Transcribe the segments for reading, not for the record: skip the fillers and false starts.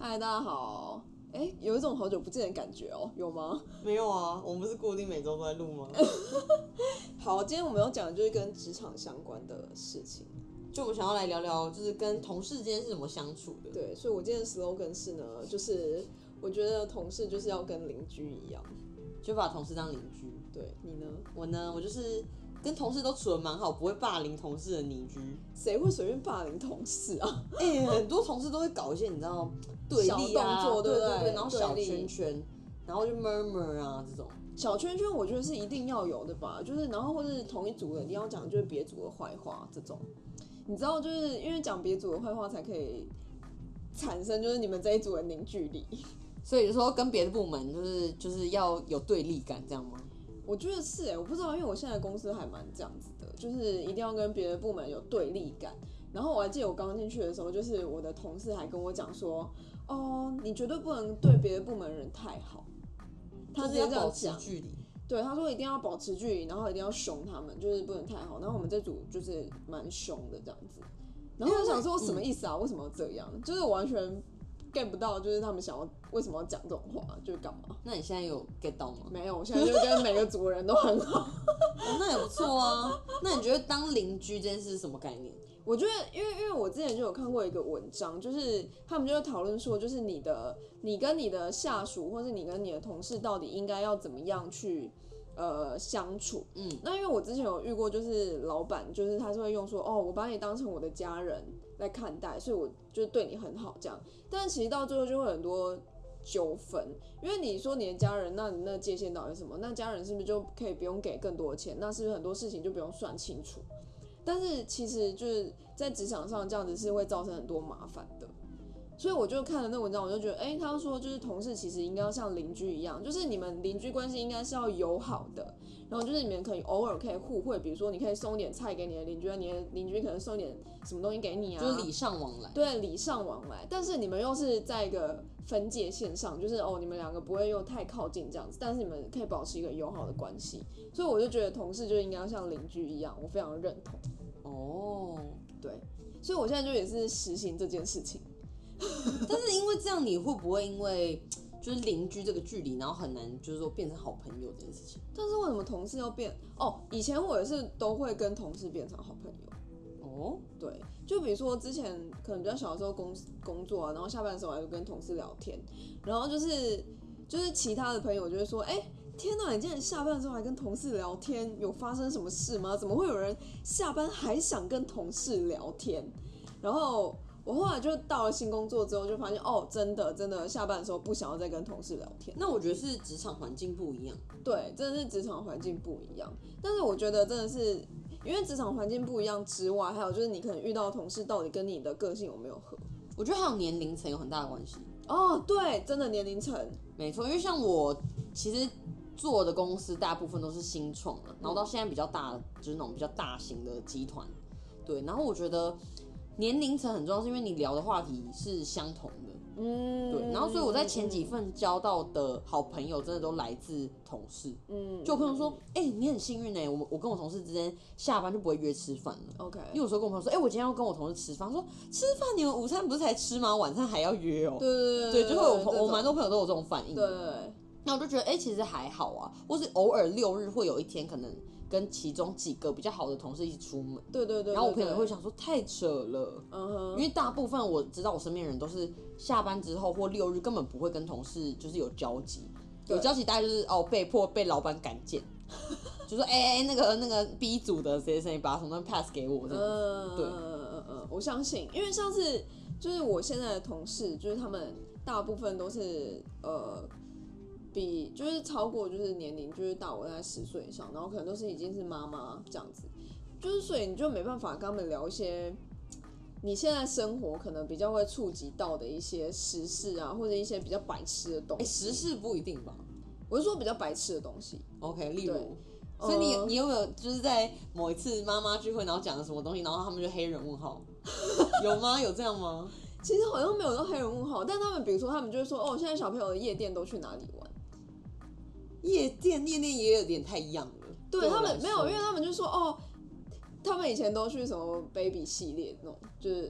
嗨，大家好。有一种好久不见的感觉哦，有吗？ 没有啊，我们不是固定每周都在录吗？ 好，今天我们要讲的就是跟职场相关的事情。 就我们想要来聊聊，就是跟同事之间是怎么相处的。 对，所以我今天的 slogan 是呢，就是我觉得同事就是要跟邻居一样， 就把同事当邻居。 对，你呢？ 我呢，我就是跟同事都处得蛮好，不会霸凌同事的邻居。 谁会随便霸凌同事啊？ 很多同事都会搞一些你知道对立啊， 小动作，对不对，然后小圈圈，然后就 murmur 啊这种。 小圈圈我觉得是一定要有的吧，就是然后或是同一组的一定要讲就是别组的坏话这种，你知道就是因为讲别组的坏话才可以产生就是你们这一组的凝聚力。 所以就说跟别的部门就是要有对立感，这样吗？ 我觉得是我不知道，因为我现在公司还蛮这样子的，就是一定要跟别的部门有对立感。然后我还记得我刚进去的时候，就是我的同事还跟我讲说，哦，你绝对不能对别的部门人太好，他直接这样讲。 距离。 对，他说一定要保持距离，然后一定要凶他们，就是不能太好。然后我们这组就是蛮凶的这样子。然后我想说什么意思啊？为什么要这样？就是我完全 get 不到，就是他们想要为什么要讲这种话，就是干嘛？ 那你现在有 get 到吗？ 没有，我现在就跟每个组的人都很好。 那也不错啊。那你觉得当邻居这件事是什么概念？ 我觉得，因为我之前就有看过一个文章，就是他们就会讨论说，就是你跟你的下属，或是你跟你的同事，到底应该要怎么样去相处。那因为我之前有遇过，就是老板，就是他是会用说，哦，我把你当成我的家人来看待，所以我就对你很好这样。但其实到最后就会很多纠纷，因为你说你的家人，那你那界限到底是什么？那家人是不是就可以不用给更多的钱？那是不是很多事情就不用算清楚？但是其实就是在职场上这样子是会造成很多麻烦的，所以我就看了那文章，我就觉得，他说就是同事其实应该要像邻居一样，就是你们邻居关系应该是要友好的，然后就是你们可以偶尔可以互惠，比如说你可以送一点菜给你的邻居，你的邻居可能送一点什么东西给你啊， 就是礼尚往来。 对，礼尚往来。但是你们又是在一个分界线上，就是你们两个不会又太靠近这样子，但是你们可以保持一个友好的关系。所以我就觉得同事就应该要像邻居一样，我非常认同。对，所以我现在就也是实行这件事情。 但是因为这样，你会不会因为就是邻居这个距离，然后很难就是说变成好朋友这件事情？ 但是为什么同事要变？以前我也是都会跟同事变成好朋友。对，就比如说之前可能比较小的时候工作啊，然后下班的时候还会跟同事聊天，然后就是其他的朋友就会说，天哪，你今天下班的时候还跟同事聊天，有发生什么事吗？怎么会有人下班还想跟同事聊天？然后我后来就到了新工作之后，就发现真的下班的时候不想要再跟同事聊天。 那我觉得是职场环境不一样。 对，真的是职场环境不一样。但是我觉得真的是因为职场环境不一样之外，还有就是你可能遇到的同事到底跟你的个性有没有合？ 我觉得还有年龄层有很大的关系。 对，真的年龄层没错，因为像我其实做的公司大部分都是新创了，然后到现在比较大，就是那种比较大型的集团。对，然后我觉得年龄层很重要，是因为你聊的话题是相同的。对，然后所以我在前几份交到的好朋友，真的都来自同事。就我朋友说，你很幸运我跟我同事之间下班就不会约吃饭了。 OK， 因为有时候跟我朋友说，我今天要跟我同事吃饭，说吃饭你们午餐不是才吃吗？晚上还要约哦。 对， 就会我蛮多朋友都有这种反应。 对。 那我就觉得，其实还好啊，或是偶尔6日会有一天可能跟其中几个比较好的同事一起出门。 对。 然后我朋友会想说太扯了，因为大部分我知道我身边人都是下班之后或6日根本不会跟同事就是有交集，有交集大概就是被迫被老板赶见，就说那个 B 组的谁谁把什么东西 pass 给我这样。对， 我相信，因为像是就是我现在的同事，就是他们大部分都是比就是超过就是年龄就是大我大概10岁以上，然后可能都是已经是妈妈这样子，就是所以你就没办法跟他们聊一些你现在生活可能比较会触及到的一些时事啊，或者一些比较白痴的东西。 时事不一定吧？ 我是说比较白痴的东西。 OK， 例如。所以你有没有就是在某一次妈妈聚会，然后讲了什么东西，然后他们就黑人问号？有吗？有这样吗？ 其实好像没有到黑人问号，但他们比如说他们就会说，现在小朋友的夜店都去哪里玩？ 夜店也有点太样了。 对他们没有，因为他们就说他们以前都去什么 baby 系列那种，就是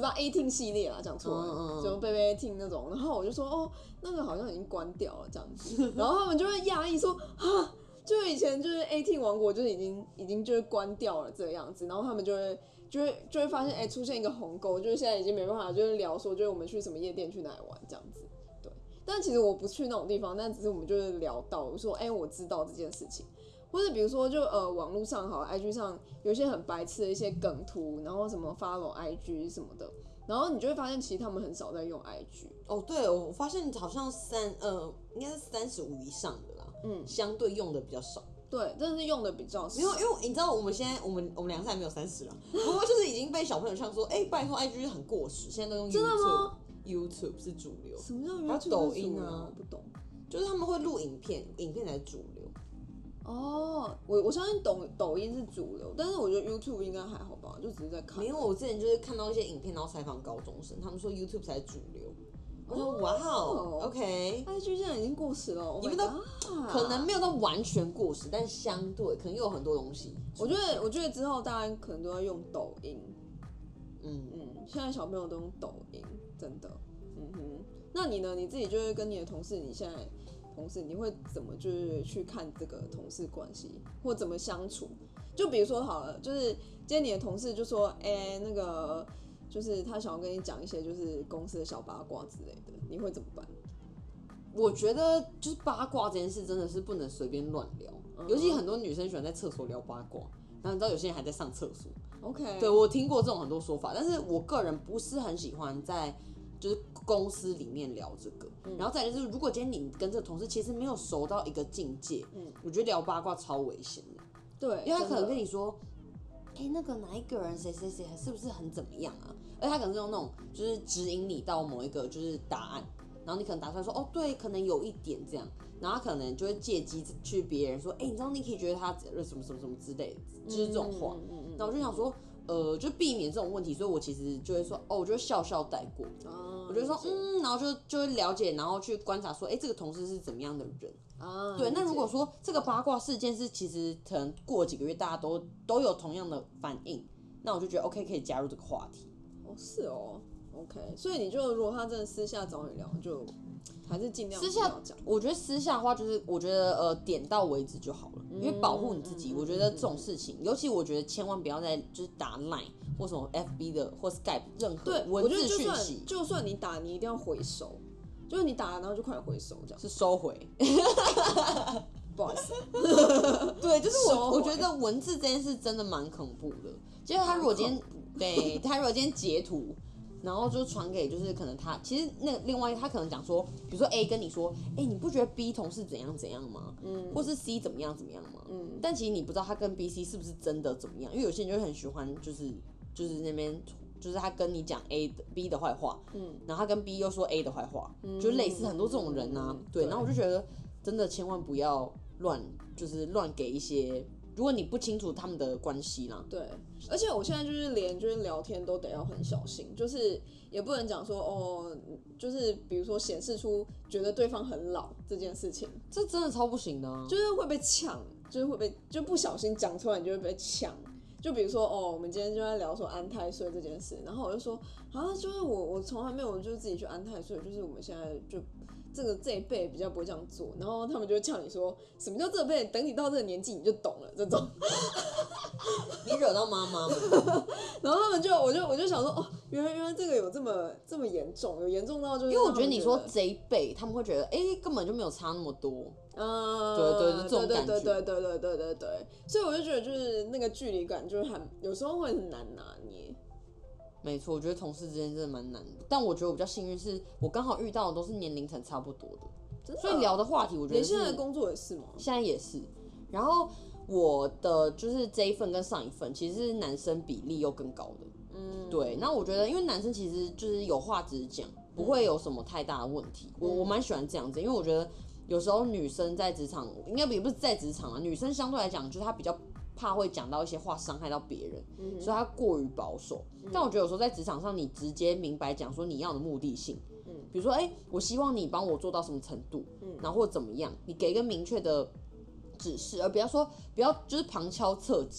18 系列啦，讲错了，什么 baby 18那种。然后我就说哦，那个好像已经关掉了这样子。然后他们就会讶异说啊，就以前就是 18王国就是已经就是关掉了这样子，然后他们就会发现出现一个鸿沟，就是现在已经没办法就是聊说就是我们去什么夜店去哪里玩这样子。对，但其实我不去那种地方，但只是我们就是聊到我说我知道这件事情。或者比如说就网络上好 IG 上有一些很白痴的一些梗图，然后什么 follow IG 什么的，然后你就会发现其实他们很少在用 IG。 哦，对，我发现好像应该是35以上的啦，相对用的比较少。 对，真的是用的比较少。 没有，因为你知道我们现在我们两个还没有30了，不过就是已经被小朋友呛说，拜托 IG 很过时，现在都用 YouTube。 真的吗 ？YouTube 是主流。 什么叫 YouTube？ 还有抖音啊， 我不懂。 就是他们会录影片才是主流。 哦，我相信抖音是主流，但是我觉得 YouTube 应该还好吧，就只是在看。 没有，我之前就是看到一些影片，然后采访高中生，他们说 YouTube 才是主流。我说哇哦 ，OK。IG 现在已经过时了， 你们都可能没有到完全过时，但相对可能又有很多东西。 我觉得之后大家可能都要用抖音。现在小朋友都用抖音，真的。那你呢？你自己就是跟你的同事，你现在同事你会怎么就是去看这个同事关系，或怎么相处？就比如说好了，就是今天你的同事就说，那个就是他想要跟你讲一些就是公司的小八卦之类的，你会怎么办？ 我觉得就是八卦这件事真的是不能随便乱聊，尤其很多女生喜欢在厕所聊八卦，然后你知道有些人还在上厕所。 OK， 对，我听过这种很多说法，但是我个人不是很喜欢在就是公司里面聊这个。然后再来就是，如果今天你跟这个同事其实没有熟到一个境界，我觉得聊八卦超危险的。 对， 因为他可能跟你说，那个哪一个人谁谁谁是不是很怎么样啊？而他可能是用那种就是指引你到某一个就是答案，然后你可能答出来说哦对，可能有一点这样，然后他可能就会借机去别人说，你知道你可以觉得他什么什么什么之类的，就是这种话。那我就想说，就避免这种问题，所以我其实就会说，我就会笑笑带过。我就说然后就会了解，然后去观察说，这个同事是怎么样的人。对，那如果说这个八卦事件是其实可能过几个月大家都有同样的反应，那我就觉得 OK 可以加入这个话题。 是哦 ，OK， 所以你就如果他真的私下找你聊，就还是尽量私下讲。我觉得私下的话，就是我觉得点到为止就好了，因为保护你自己。我觉得这种事情，尤其我觉得千万不要再就是打 Line 或什么 FB 的或 Skype 任何文字讯息， 就算你打，你一定要回收，就是你打了然后就快点回收，这样是收回。 不好意思， 对，就是我觉得文字这件事真的蛮恐怖的。就是他如果今天截图，然后就传给就是可能他其实那另外他可能讲说，比如说 A 跟你说，你不觉得 B 同事怎样怎样吗？或是 C 怎么样怎么样吗？但其实你不知道他跟 B、C 是不是真的怎么样，因为有些人就很喜欢就是那边。就是他跟你讲 B 的坏话，然后他跟 B 又说 A 的坏话，就类似很多这种人啊，对，然后我就觉得真的千万不要乱给一些，如果你不清楚他们的关系啦， 对，而且我现在就是连就是聊天都得要很小心，就是也不能讲说就是比如说显示出觉得对方很老这件事情， 这真的超不行的啊， 就是会被呛，就是会被就不小心讲出来，你就会被呛。就比如说我们今天就在聊说安太岁这件事，然后我就说就是我从来没有就是自己去安太岁，就是我们现在就这一辈比较不会这样做，然后他们就会呛你说什么叫这辈，等你到这个年纪你就懂了这种。 你惹到妈妈吗？ 然后他们我就想说原来这个有这么严重，有严重到就是因为我觉得你说这一辈他们会觉得根本就没有差那么多。对，这种感觉， 对，所以我就觉得就是那个距离感，就是有时候会很难拿捏。 没错，我觉得同事之间真的蛮难的，但我觉得我比较幸运，是我刚好遇到的都是年龄层差不多的，所以聊的话题我觉得你现在的工作也是吗？ 现在也是。然后我的就是这一份跟上一份，其实是男生比例又更高的。对。那我觉得，因为男生其实就是有话直讲，不会有什么太大的问题。我蛮喜欢这样子，因为我觉得。有时候女生在职场，应该也不是在职场啊，女生相对来讲，就是她比较怕会讲到一些话伤害到别人，所以她过于保守。但我觉得有时候在职场上，你直接明白讲说你要的目的性，比如说我希望你帮我做到什么程度，然后或怎么样，你给一个明确的指示，而不要就是旁敲侧击。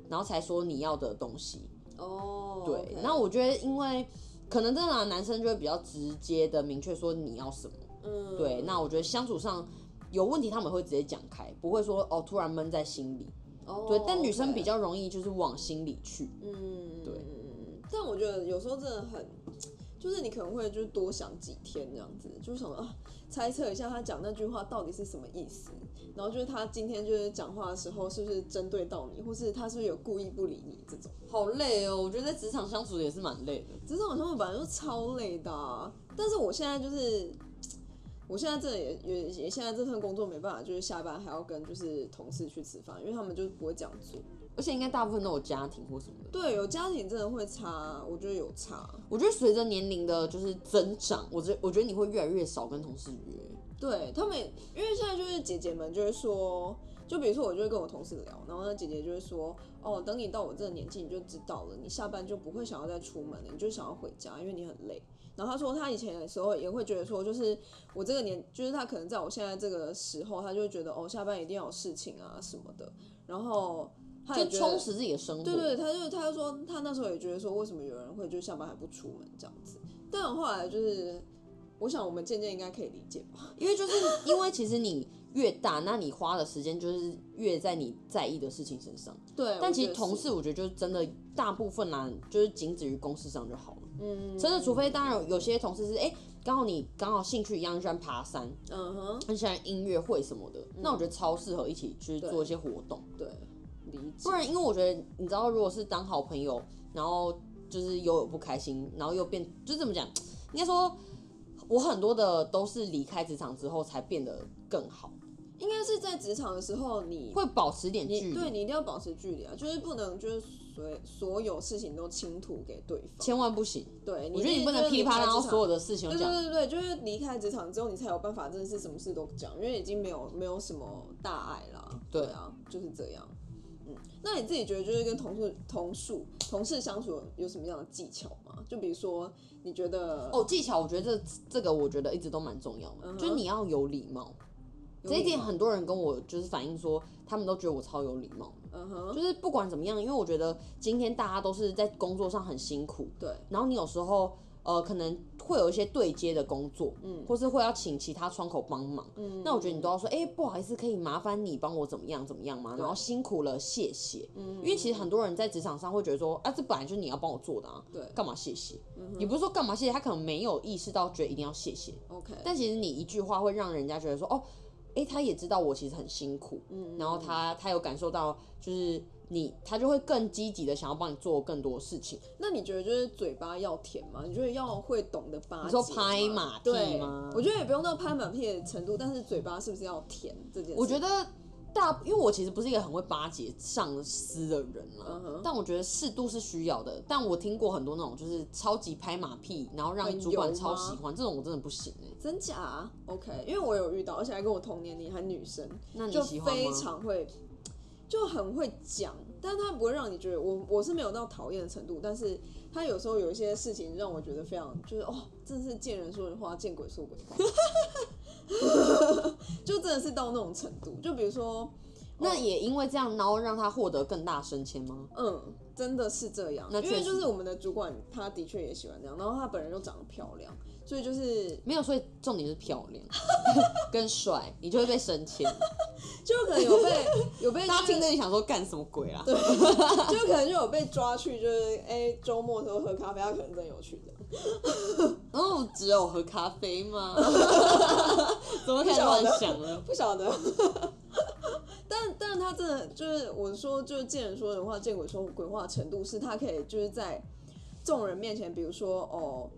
然后才说你要的东西。 哦， 对， okay 那我觉得因为可能真的男生就会比较直接的明确说你要什么。对，那我觉得相处上有问题他们会直接讲开，不会说突然闷在心里。对，但女生比较容易就是往心里去。对。 但我觉得有时候真的很，就是你可能会就是多想几天这样子，就是想猜测一下他讲那句话到底是什么意思，然后就是他今天就是讲话的时候是不是针对到你，或是他是不是有故意不理你这种。 好累哦，我觉得在职场相处也是蛮累的。 职场相处本来就超累的但是我现在就是。我现在真的也现在这份工作没办法，就是下班还要跟就是同事去吃饭，因为他们就不会这样做， 而且应该大部分都有家庭或什么的。 对，有家庭真的会差，我觉得有差。 我觉得随着年龄的就是增长，我觉得你会越来越少跟同事约。 对他们，因为现在就是姐姐们就会说，就比如说我就会跟我同事聊，然后那姐姐就会说，等你到我这个年纪你就知道了，你下班就不会想要再出门了，你就想要回家，因为你很累。然后他说他以前的时候也会觉得说，就是我这个年，就是他可能在我现在这个时候，他就会觉得下班一定要有事情啊什么的，然后他也就充实自己的生活。 对，他就说他那时候也觉得说，为什么有人会就下班还不出门这样子？但后来就是，我想我们渐渐应该可以理解吧， 因为其实你越大，那你花的时间就是越在你在意的事情身上。 对， 但其实同事我觉得就是真的大部分啦，就是仅止于公事上就好了。真的，除非当然有些同事是刚好兴趣一样，喜欢爬山，很喜欢音乐会什么的，那我觉得超适合一起去做一些活动。 对，理解。 不然，因为我觉得你知道，如果是当好朋友，然后就是有不开心，然后又变，就是怎么讲？应该说，我很多的都是离开职场之后才变得更好。 应该是在职场的时候，你会保持点距离， 对你一定要保持距离啊，就是不能就是所有事情都倾吐给对方， 千万不行。 对， 我觉得你不能噼里啪啦，然后所有的事情都讲。 对，就是离开职场之后，你才有办法真的是什么事都讲，因为已经没有什么大碍啦。对啊，就是这样。那你自己觉得就是跟同事相处有什么样的技巧吗？就比如说你觉得技巧，我觉得这个我觉得一直都蛮重要的，就是你要有礼貌。这一点很多人跟我就是反映说，他们都觉得我超有礼貌。就是不管怎么样，因为我觉得今天大家都是在工作上很辛苦， 对， 然后你有时候可能会有一些对接的工作，或是会要请其他窗口帮忙，那我觉得你都要说，不好意思，可以麻烦你帮我怎么样吗？然后辛苦了，谢谢。因为其实很多人在职场上会觉得说，这本来就是你要帮我做的啊，对，干嘛谢谢？也不是说干嘛谢谢，他可能没有意识到，觉得一定要谢谢。 OK， 但其实你一句话会让人家觉得说，他也知道我其实很辛苦，然后他有感受到，就是他就会更积极的想要帮你做更多事情。 那你觉得就是嘴巴要甜吗？你觉得要会懂得巴结吗？ 你说拍马屁吗？ 我觉得也不用到拍马屁的程度，但是嘴巴是不是要甜这件事？ 我觉得因为我其实不是一个很会巴结上司的人啦，但我觉得适度是需要的。但我听过很多那种就是超级拍马屁，然后让主管超喜欢，这种我真的不行真假 ？OK， 因为我有遇到，而且还跟我同年龄，还女生， 那你喜欢吗？ 就非常会，就很会讲，但是他不会让你觉得我是没有到讨厌的程度，但是他有时候有一些事情让我觉得非常就是真的是见人说人话，见鬼说鬼话。就真的是到那种程度，就比如说， 那也因为这样，然后让他获得更大升迁吗？ 真的是这样，因为就是我们的主管，他的确也喜欢这样，然后他本人又长得漂亮，所以就是没有，所以重点是漂亮跟帅，你就会被升迁， 就可能有被大家听着你想说干什么鬼啊？ 对，就可能就有被抓去，就是周末的时候喝咖啡，他可能真有去的。 只有喝咖啡吗？怎么开始乱想了？ 不晓得。但他真的就是我说，就是见人说人话，见鬼说鬼话的程度，是他可以就是在众人面前，比如说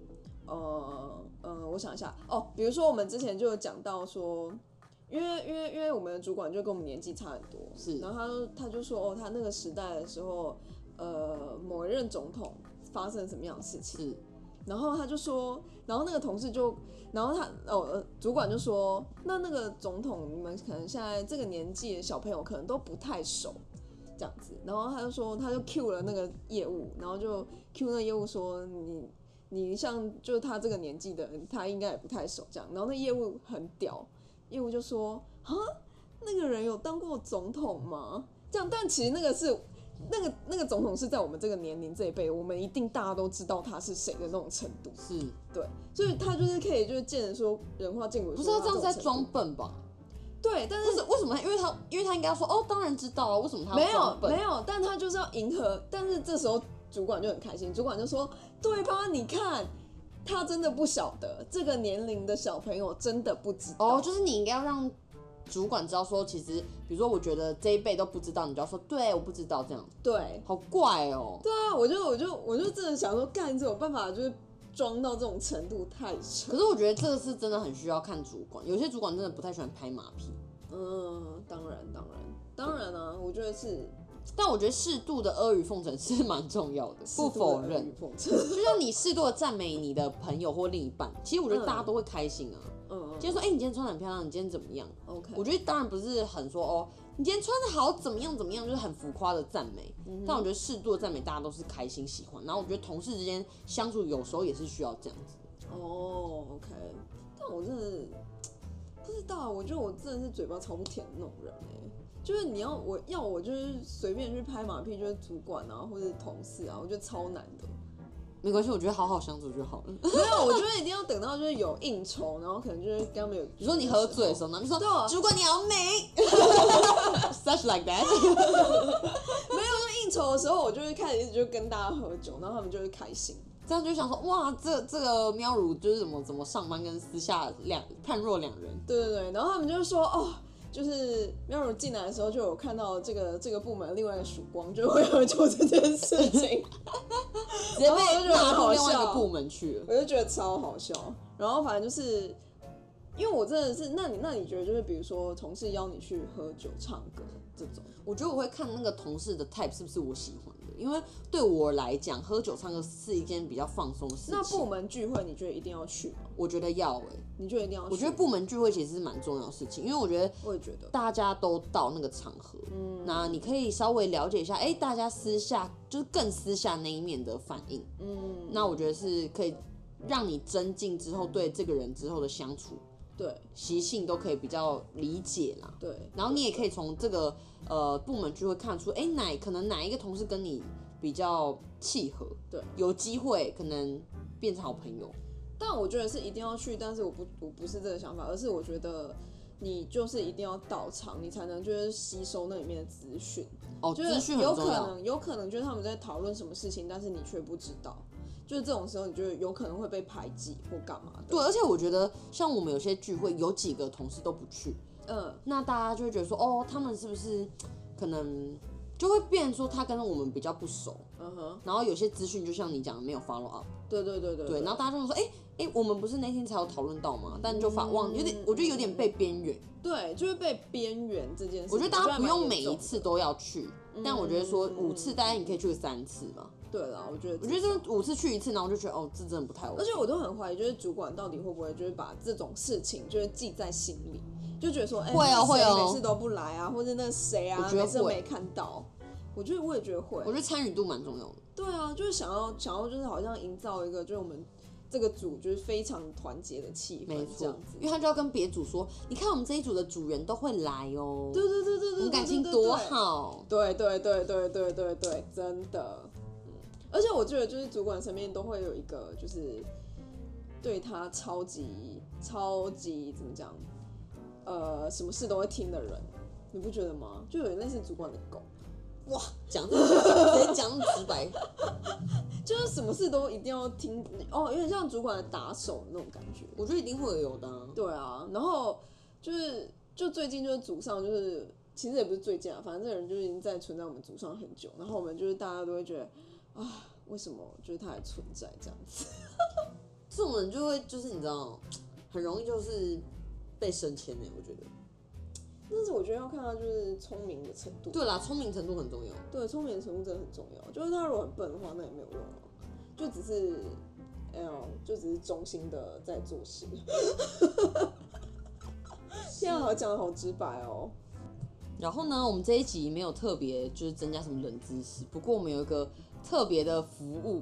我想一下比如说我们之前就有讲到说，因为我们的主管就跟我们年纪差很多， 是， 然后他就说他那个时代的时候，某一任总统发生了什么样的事情，是，然后他就说，然后那个同事就。然后主管就说，那个总统，你们可能现在这个年纪的小朋友可能都不太熟，这样子。然后他就说，他就 cue 了那个业务，然后就 cue 那个业务说，你像就是他这个年纪的人，他应该也不太熟这样。然后那业务很屌，业务就说，那个人有当过总统吗？这样，但其实那个是。 那个总统是在我们这个年龄这一辈，我们一定大家都知道他是谁的那种程度。 是， 对，所以他就是可以就是见人说人话，见鬼说话。 不是他这样是在装笨吧？ 对，但是不是为什么？因为他应该说哦，当然知道啊，为什么他要装笨？ 没有，但他就是要迎合。但是这时候主管就很开心，主管就说：“对吧？你看，他真的不晓得这个年龄的小朋友真的不知道。” 哦，就是你应该要让主管知道说，其实比如说我觉得这一辈都不知道，你就要说对，我不知道这样。 对， 好怪哦。 对啊，我就真的想说，干这种办法就是装到这种程度太扯。 可是我觉得这个是真的很需要看主管，有些主管真的不太喜欢拍马屁。 当然啊，我觉得是。 但我觉得适度的阿谀奉承是蛮重要的，不否认。就像你适度的赞美你的朋友或另一半，其实我觉得大家都会开心啊。今天说，你今天穿得很漂亮，你今天怎么样 ？OK， 我觉得当然不是很说哦，你今天穿得好，怎么样怎么样，就是很浮夸的赞美。但我觉得适度的赞美，大家都是开心喜欢。然后我觉得同事之间相处有时候也是需要这样子。 OK， 但我真的不知道，我觉得我真的是嘴巴超不甜的那种人就是你要我就是随便去拍马屁，就是主管啊或者同事啊，我觉得超难的。 没关系，我觉得好好相处就好了。 没有，我觉得一定要等到就是有应酬，然后可能就是跟他们有， 比如说你喝醉的时候，然后你说主管你好美，such like that 没有，就应酬的时候，我就会开始一直就跟大家喝酒，然后他们就会开心。 这样就想说，哇，这个喵乳就是怎么上班跟私下判若两人。 对，然后他们就说哦。就是喵乳进来的时候，就有看到这个部门另外一个曙光，就会喝酒这件事情， 直接被拿到另外一个部门去了， 我就觉得超好笑。然后反正就是因为我真的是，那你觉得就是比如说同事邀你去喝酒唱歌这种， 我觉得我会看那个同事的 type 是不是我喜欢的，因为对我来讲，喝酒唱歌是一件比较放松的事情。 那部门聚会你觉得一定要去吗？ 我觉得要你觉得一定要去？ 我觉得部门聚会其实是蛮重要的事情，因为我也觉得大家都到那个场合，那你可以稍微了解一下，大家私下就是更私下那一面的反应，那我觉得是可以让你增进之后对这个人之后的相处。 对， 习性都可以比较理解啦。 对， 然后你也可以从这个部门就会看出，可能哪一个同事跟你比较契合， 对， 有机会可能变成好朋友。 但我觉得是一定要去，但是我不是这个想法，而是我觉得你就是一定要到场，你才能就是吸收那里面的资讯。 资讯很重要。 有可能就是他们在讨论什么事情，但是你却不知道。就是这种时候，你就有可能会被排挤或干嘛的。 对，而且我觉得像我们有些聚会，有几个同事都不去，那大家就会觉得说，他们是不是可能就会变成说他跟我们比较不熟，然后有些资讯就像你讲的没有 follow up， 对， 然后大家就会说，我们不是那天才有讨论到吗？但就忘，我觉得有点被边缘。 对，就是被边缘这件事。 我觉得大家不用每一次都要去，但我觉得说5次，大家你可以去个3次吧。 对啦，我觉得就是5次去1次，然后我就觉得这真的不太 OK。 而且我都很怀疑，就是主管到底会不会就是把这种事情就是记在心里，就觉得说， 会每次都不来啊，或者那谁啊，每次都没看到。我也觉得会。 我觉得参与度蛮重要的。 对啊，就是想要就是好像营造一个就是我们这个组就是非常团结的气氛， 没错， 因为他就要跟别组说，你看我们这一组的组员都会来哦。 对， 我们感情多好。 对，真的。而且我觉得就是主管身边都会有一个就是对他超级怎么讲，什么事都会听的人，你不觉得吗？就有点类似主管的狗。 哇，直接讲直白， 就是什么事都一定要听有点像主管的打手那种感觉。 我觉得一定会有的。 对啊，然后就最近就是组上就是其实也不是最近啊，反正这个人就已经存在我们组上很久，然后我们就是大家都会觉得为什么就是他还存在这样子？ 这种人就会就是你知道，很容易就是被升迁我觉得。 但是我觉得要看他就是聪明的程度。 对啦，聪明程度很重要。 对，聪明的程度真的很重要。就是他如果很笨的话，那也没有用就只是忠心的在做事。现在讲的好直白哦。 然后呢，我们这一集没有特别就是增加什么冷知识，不过我们有一个特别的服务，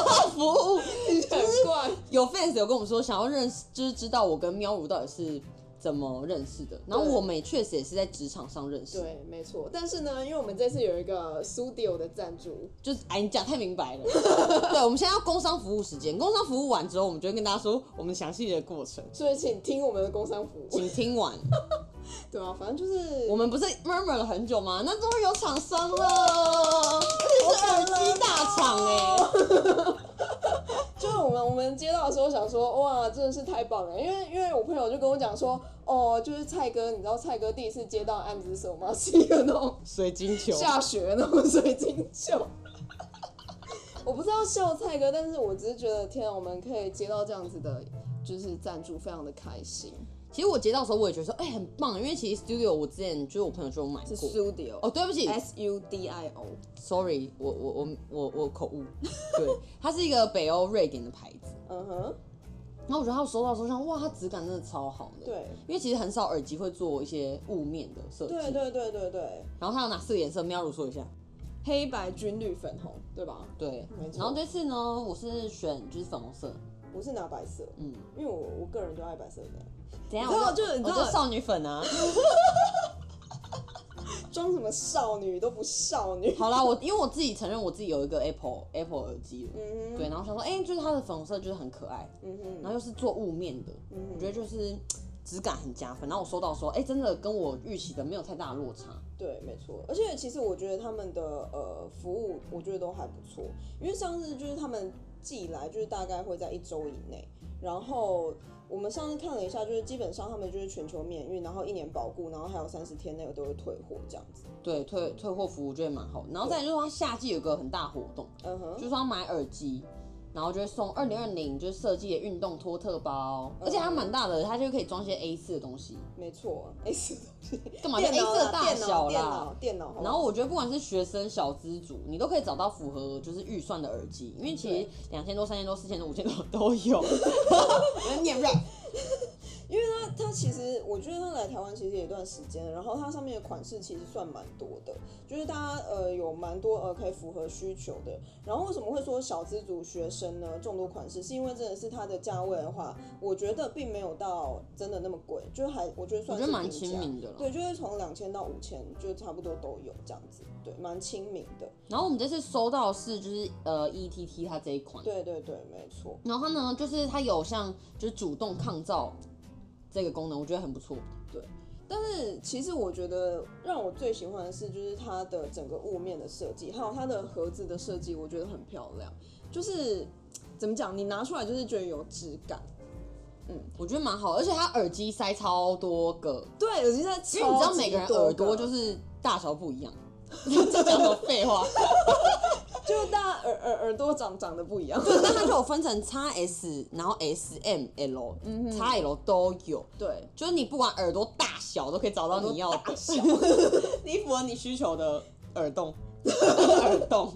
就是有 fans 有跟我们说想要认识，就是知道我跟喵如到底是怎么认识的。然后我们也确实也是在职场上认识。 对，没错。但是呢，因为我们这次有一个 Studio 的赞助， 就是你讲太明白了。对，我们现在要工商服务时间，工商服务完之后，我们就会跟大家说我们详细的过程， 所以请听我们的工商服务， 请听完。 对啊，反正就是我们不是 murmur 了很久吗？那终于有厂商了，而且是耳机大厂就是我们接到的时候想说，哇，真的是太棒了，因为我朋友就跟我讲说，哦，就是蔡哥，你知道蔡哥第一次接到案子是什么吗？是一个那种水晶球下雪那种水晶球。我不知道笑蔡哥，但是我只是觉得天啊，我们可以接到这样子的，就是赞助，非常的开心。 其实我接到的时候，我也觉得说，很棒，因为其实 Studio 我之前就是我朋友就有买过。 是 Studio 哦，对不起 ，SUDIO。 Sorry， 我口误。对，它是一个北欧瑞典的牌子。 嗯哼。 然后我觉得它收到的时候想，哇，它质感真的超好的。 对。 因为其实很少耳机会做一些雾面的设计。 对。 然后它有哪4个颜色？喵如说一下。 黑白军绿粉红，对吧？ 对。然后这次呢，我是选就是粉红色。 我是拿白色。因为我个人就爱白色的。 怎样？ 我就少女粉啊。 装什么少女都不少女。 好啦，因为我自己承认我自己有一个 Apple 耳机了。对，然后想说，就是它的粉红色就是很可爱。然后又是做雾面的，我觉得就是质感很加分。然后我收到说，真的跟我预期的没有太大的落差。 对，没错。而且其实我觉得他们的服务，我觉得都还不错。因为上次就是他们寄来，就是大概会在1周以内。然后我们上次看了一下，就是基本上他们就是全球免运，然后1年保固，然后还有30天内都会退货这样子。 对，退货服务我觉得蛮好的。然后再来就是它夏季有个很大活动，就是说买耳机。然后就会送2020就是设计的运动托特包，而且它蛮大的，它就可以装些 A4 的东西。 没错 ，A4 的东西干嘛？就 A4 的大小啦， 电脑。 然后我觉得不管是学生、小资族，你都可以找到符合就是预算的耳机，因为其实2000多、3000多、4000多、5000多都有。念 rap。 因为它其实，我觉得它来台湾其实也一段时间了，然后它上面的款式其实算蛮多的，就是它有蛮多可以符合需求的。然后为什么会说小资族学生呢？众多款式是因为真的是它的价位的话，我觉得并没有到真的那么贵，就是我觉得算是蛮亲民的了。 对，就是从2000到5000，就差不多都有这样子，对，蛮亲民的。 然后我们这次收到的是就是ETT 它这一款， 对，没错。 然后它呢，就是它有像就是主动抗噪这个功能，我觉得很不错。 对，但是其实我觉得让我最喜欢的是，就是它的整个雾面的设计，还有它的盒子的设计，我觉得很漂亮。就是怎么讲，你拿出来就是觉得有质感。 我觉得蛮好，而且它耳机塞超多个。 对，耳机塞超级多个， 因为你知道每个人耳朵就是大小不一样。这讲什么废话？ 就大家耳朵长得不一样。 对，那它就有分成 XS， 然后 SM、L、XL 都有。 对， 就是你不管耳朵大小都可以找到你要的，你符合你需求的耳洞。耳洞。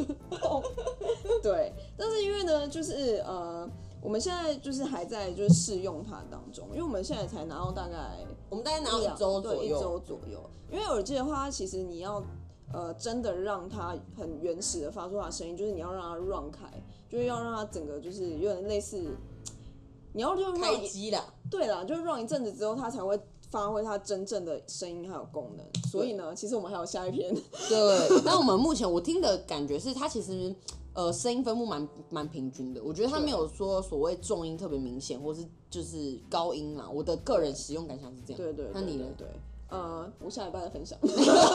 对，但是因为呢，就是我们现在就是还在就是试用它当中，因为我们现在才拿到我们大概拿到1周左右。 1周左右。因为耳机的话，其实你要真的让它很原始的发出它的声音，就是你要让它 run 开，就是要让它整个就是有点类似，你要就开机啦。 对啦，就是 run 一阵子之后，它才会发挥它真正的声音还有功能。所以呢，其实我们还有下一篇。 对，但我们目前我听的感觉是它其实声音分布蛮平均的，我觉得它没有说所谓重音特别明显，或是就是高音啦。我的个人使用感想是这样。 对。 那你呢？ 对。我下礼拜再分享。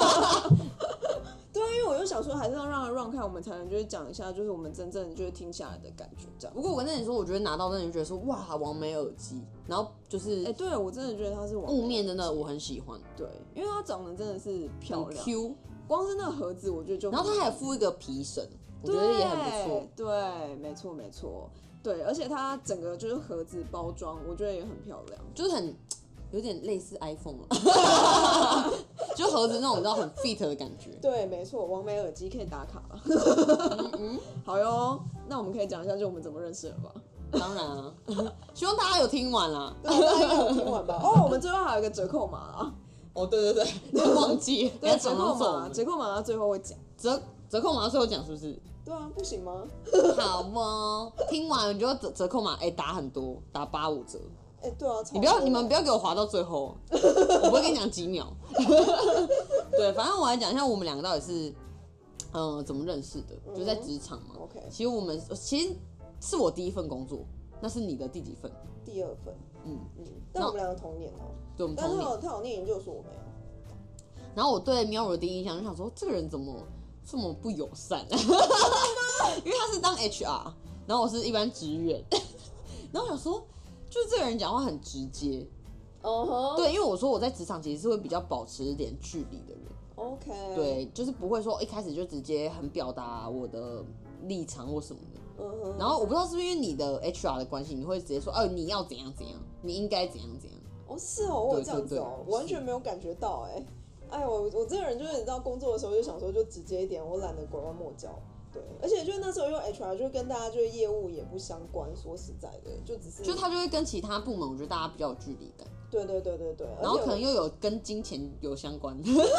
对啊，因为我就想说，还是要让它 run 开，我们才能就是讲一下，就是我们真正就是听下来的感觉这样。 不过我跟你说，我觉得拿到真的就觉得说，哇，王美耳机，然后就是对我真的觉得它是王美雾面真的我很喜欢。 对，因为它长得真的是漂亮， 很 Q， 光是那个盒子我觉得就， 然后它还附一个皮绳，我觉得也很不错。 对，没错。对，而且它整个就是盒子包装，我觉得也很漂亮， 就是很。有点类似 iPhone 了，就盒子那种你知道很 fit 的感觉。 对，没错，王美耳机可以打卡了。好哟，那我们可以讲一下就我们怎么认识了吧？ 当然啊，希望大家有听完啦。 对，大家应该有听完吧？我们最后还有一个折扣码啦。 对，忘记。 对，折扣码它最后会讲。 折扣码最后讲是不是？ 对啊，不行吗？ 好吗？听完你就折扣码，打很多，打85折。 对啊， 你们不要给我滑到最后，我不会跟你讲几秒。对，反正我来讲一下我们两个到底是怎么认识的，就在职场嘛。 OK， 其实是我第一份工作，那是你的第几份？ 第2份。但我们两个同年哦。 对，我们同年。 但他有念研究所，我没有。 然后我对喵如的第一印象就想说，这个人怎么这么不友善？因为他是当 HR， 然后我是一般职员，然后我想说，就是这个人讲话很直接。对，因为我说我在职场其实是会比较保持一点距离的人。 OK。 对，就是不会说一开始就直接很表达我的立场或什么的。然后我不知道是不是因为你的 HR 的关系，你会直接说，你要怎样怎样，你应该怎样怎样。 是哦，我有这样子哦，我完全没有感觉到我这个人就是你知道工作的时候就想说就直接一点，我懒得拐弯抹角。对，而且就是那时候因为 HR 就跟大家就是业务也不相关，说实在的，就只是他就会跟其他部门，我觉得大家比较有距离感。 对， 然后可能又有跟金钱有相关，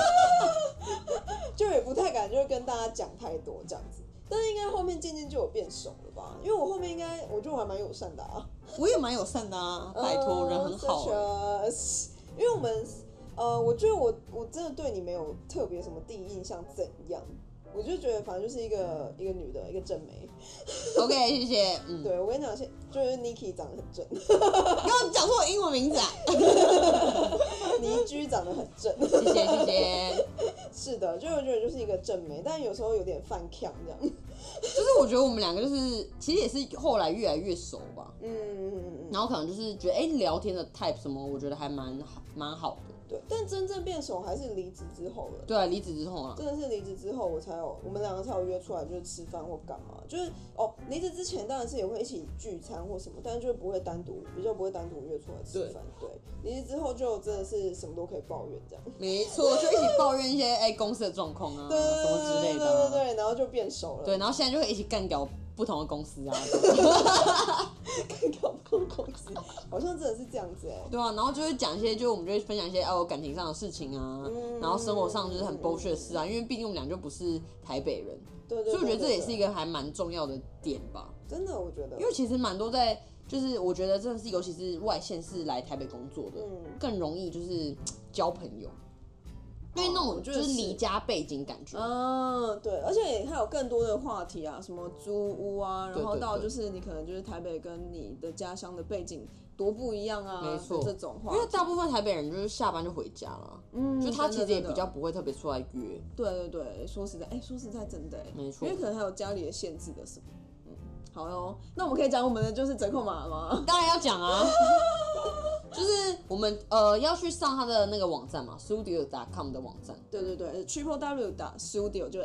就也不太敢就是跟大家讲太多这样子。但是应该后面渐渐就有变熟了吧？因为我后面我觉得我还蛮友善的啊。 我也蛮友善的啊，拜托，人很好。 因为我们我觉得我真的对你没有特别什么第一印象怎样，我就觉得反正就是一个女的，一个正妹。 OK， 谢谢。 对，我跟你讲，就是 Niki 长得很正。 刚刚讲错我英文名字啊。 倪居长得很正。 谢谢。 是的，就我觉得就是一个正妹，但有时候有点犯呛这样。 就是我觉得我们两个就是其实也是后来越来越熟吧。然后可能就是觉得聊天的 type 什么，我觉得还蛮好的。 对，但真正变熟还是离职之后了。 对啊，离职之后啊， 真的是离职之后我们两个才有约出来，就是吃饭或干嘛。就是离职之前当然是也会一起聚餐或什么，但是就比较不会单独约出来吃饭。对，离职之后就真的是什么都可以抱怨这样。 没错，就一起抱怨一些公司的状况啊，什么之类的。 对，然后就变熟了。 对，然后现在就会一起干掉不同的公司啊。 干掉不同公司，好像真的是这样子对啊，然后就会讲一些，就我们就会分享一些感情上的事情啊，然后生活上就是很 bullshit 的事啊，因为毕竟我们俩就不是台北人， 对， 所以我觉得这也是一个还蛮重要的点吧。 真的，我觉得， 因为其实蛮多就是我觉得真的是，尤其是外县市来台北工作的，更容易就是交朋友。因为那种就是离家背景感觉， 对，而且还有更多的话题啊，什么租屋啊，然后到就是你可能就是台北跟你的家乡的背景多不一样啊， 没错， 这种话题， 因为大部分台北人就是下班就回家了，就他其实也比较不会特别出来约。 对，说实在真的， 没错， 因为可能还有家里的限制的什么。好哟，那我们可以讲我们的就是折扣码了吗？ 当然要讲啊，就是我们要去上他的那个网站嘛 ，studio.com 的网站。 对，www.studio 就是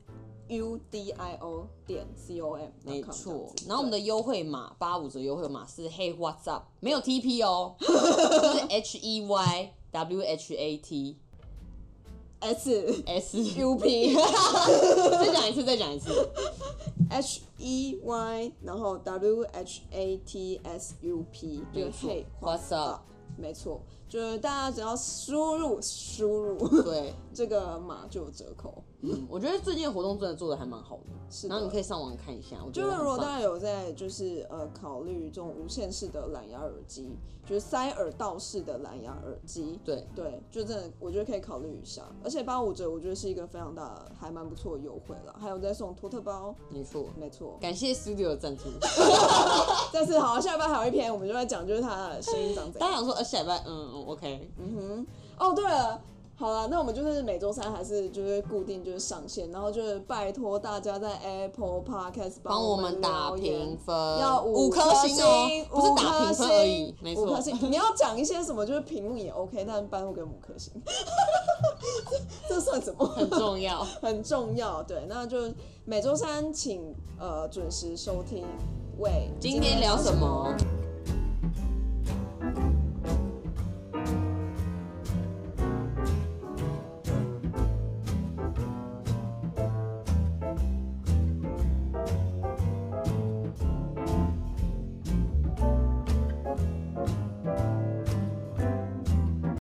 SUDIO.com， 没错。然后我们的优惠码85折优惠码是 Hey What's Up， 没有 TP 哦，就是 HEYWHAT。SUP， 再讲一次 ，HEY， 然后 WHATSUP， 就是 Hey What's Up， 没错，就是大家只要输入对这个码就有折扣。 我觉得最近的活动真的做的还蛮好的， 是的， 然后你可以上网看一下。我觉得如果大家有在就是考虑这种无线式的蓝牙耳机，就是塞耳道式的蓝牙耳机，对，就真的我觉得可以考虑一下。而且85折，我觉得是一个非常大还蛮不错的优惠啦。还有在送托特包，没错， 感谢 Studio 的赞助。 但是好，下礼拜还有一篇，我们就在讲就是它的声音长怎样。 大家想说下礼拜OK， 哦对了。好啦，那我们就是每周3还是就是固定就是上线，然后就是拜托大家在 Apple Podcast 帮我们打评分， 要5颗星哦，不是打评分而已，没错。 5颗星，你要讲一些什么就是屏幕也 OK， 但拜托给5颗星，这算什么？ 很重要， 很重要。对，那就每周3请准时收听。喂， 今天聊什么？